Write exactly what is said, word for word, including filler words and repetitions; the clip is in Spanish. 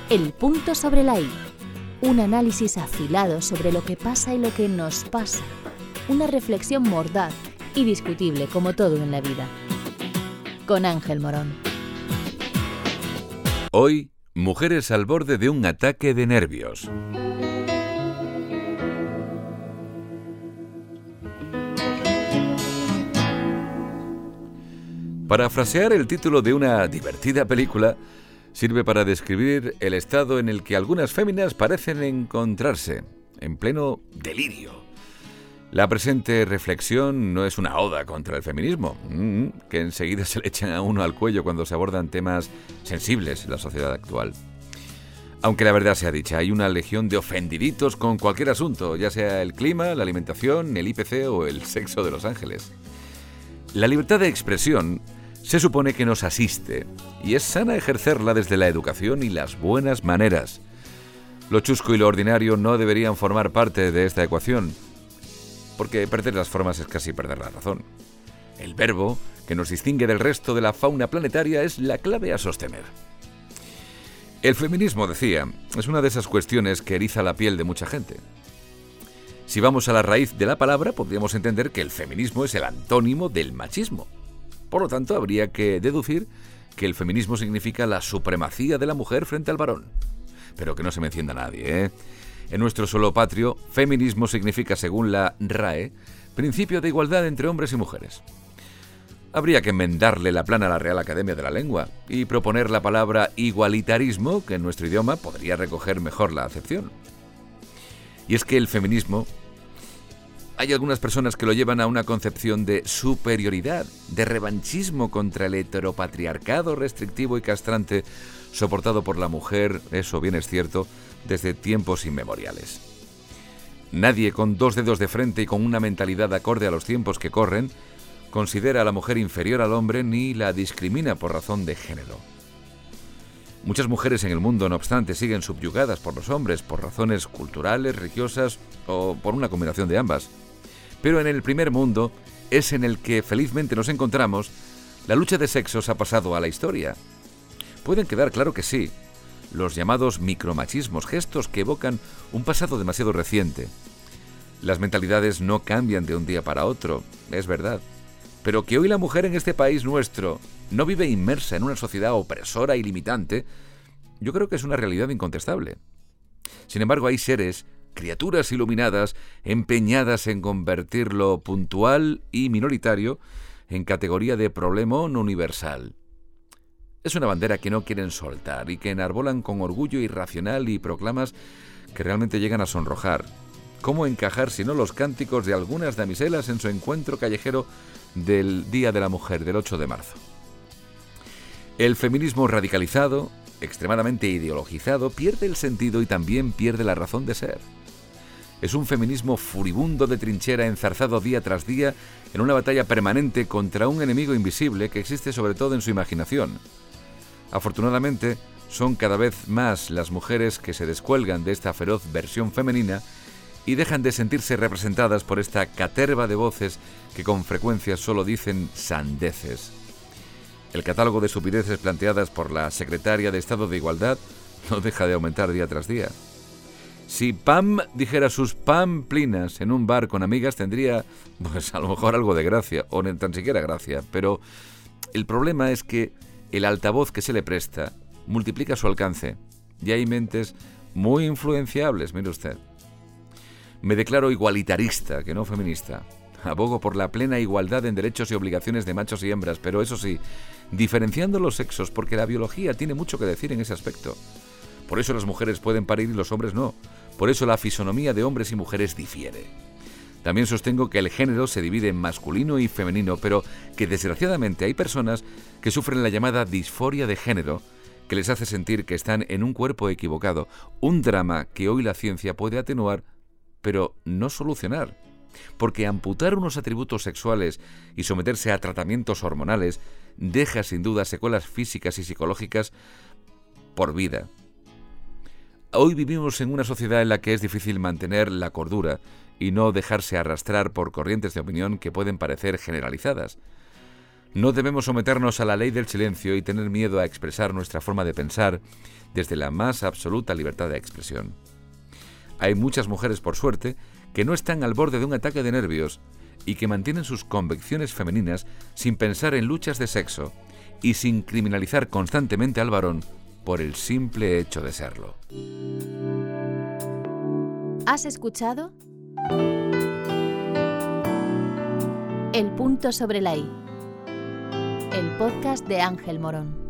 El punto sobre la i. Un análisis afilado sobre lo que pasa y lo que nos pasa. Una reflexión mordaz y discutible como todo en la vida. Con Ángel Morón. Hoy, mujeres al borde de un ataque de nervios. Parafrasear el título de una divertida película sirve para describir el estado en el que algunas féminas parecen encontrarse, en pleno delirio. La presente reflexión no es una oda contra el feminismo, que enseguida se le echan a uno al cuello cuando se abordan temas sensibles en la sociedad actual. Aunque la verdad sea dicha, hay una legión de ofendiditos con cualquier asunto, ya sea el clima, la alimentación, el I P C o el sexo de los ángeles. La libertad de expresión se supone que nos asiste, y es sana ejercerla desde la educación y las buenas maneras. Lo chusco y lo ordinario no deberían formar parte de esta ecuación, porque perder las formas es casi perder la razón. El verbo, que nos distingue del resto de la fauna planetaria, es la clave a sostener. El feminismo, decía, es una de esas cuestiones que eriza la piel de mucha gente. Si vamos a la raíz de la palabra, podríamos entender que el feminismo es el antónimo del machismo. Por lo tanto, habría que deducir que el feminismo significa la supremacía de la mujer frente al varón. Pero que no se me encienda nadie, ¿eh? En nuestro suelo patrio, feminismo significa, según la R A E, principio de igualdad entre hombres y mujeres. Habría que enmendarle la plana a la Real Academia de la Lengua y proponer la palabra igualitarismo, que en nuestro idioma podría recoger mejor la acepción. Y es que el feminismo, hay algunas personas que lo llevan a una concepción de superioridad, de revanchismo contra el heteropatriarcado restrictivo y castrante soportado por la mujer, eso bien es cierto, desde tiempos inmemoriales. Nadie con dos dedos de frente y con una mentalidad acorde a los tiempos que corren considera a la mujer inferior al hombre ni la discrimina por razón de género. Muchas mujeres en el mundo, no obstante, siguen subyugadas por los hombres por razones culturales, religiosas o por una combinación de ambas. Pero en el primer mundo, es en el que felizmente nos encontramos, la lucha de sexos ha pasado a la historia. Pueden quedar claro que sí, los llamados micromachismos, gestos que evocan un pasado demasiado reciente. Las mentalidades no cambian de un día para otro, es verdad. Pero que hoy la mujer en este país nuestro no vive inmersa en una sociedad opresora y limitante, yo creo que es una realidad incontestable. Sin embargo, hay seres, criaturas iluminadas, empeñadas en convertir lo puntual y minoritario en categoría de problemón universal. Es una bandera que no quieren soltar y que enarbolan con orgullo irracional y proclamas que realmente llegan a sonrojar. ¿Cómo encajar si no los cánticos de algunas damiselas en su encuentro callejero del Día de la Mujer, del ocho de marzo? El feminismo radicalizado, extremadamente ideologizado, pierde el sentido y también pierde la razón de ser. Es un feminismo furibundo de trinchera enzarzado día tras día en una batalla permanente contra un enemigo invisible que existe sobre todo en su imaginación. Afortunadamente, son cada vez más las mujeres que se descuelgan de esta feroz versión femenina y dejan de sentirse representadas por esta caterva de voces que con frecuencia solo dicen sandeces. El catálogo de estupideces planteadas por la secretaria de Estado de Igualdad no deja de aumentar día tras día. Si Pam dijera sus pamplinas en un bar con amigas, tendría, pues a lo mejor algo de gracia, o ni tan siquiera gracia, pero el problema es que el altavoz que se le presta multiplica su alcance, y hay mentes muy influenciables, mire usted. Me declaro igualitarista, que no feminista. Abogo por la plena igualdad en derechos y obligaciones de machos y hembras, pero eso sí, diferenciando los sexos, porque la biología tiene mucho que decir en ese aspecto. Por eso las mujeres pueden parir y los hombres no. Por eso la fisonomía de hombres y mujeres difiere. También sostengo que el género se divide en masculino y femenino, pero que desgraciadamente hay personas que sufren la llamada disforia de género, que les hace sentir que están en un cuerpo equivocado, un drama que hoy la ciencia puede atenuar, pero no solucionar. Porque amputar unos atributos sexuales y someterse a tratamientos hormonales deja sin duda secuelas físicas y psicológicas por vida. Hoy vivimos en una sociedad en la que es difícil mantener la cordura y no dejarse arrastrar por corrientes de opinión que pueden parecer generalizadas. No debemos someternos a la ley del silencio y tener miedo a expresar nuestra forma de pensar desde la más absoluta libertad de expresión. Hay muchas mujeres, por suerte, que no están al borde de un ataque de nervios y que mantienen sus convicciones femeninas sin pensar en luchas de sexo y sin criminalizar constantemente al varón por el simple hecho de serlo. ¿Has escuchado? El punto sobre la i, el podcast de Ángel Morón.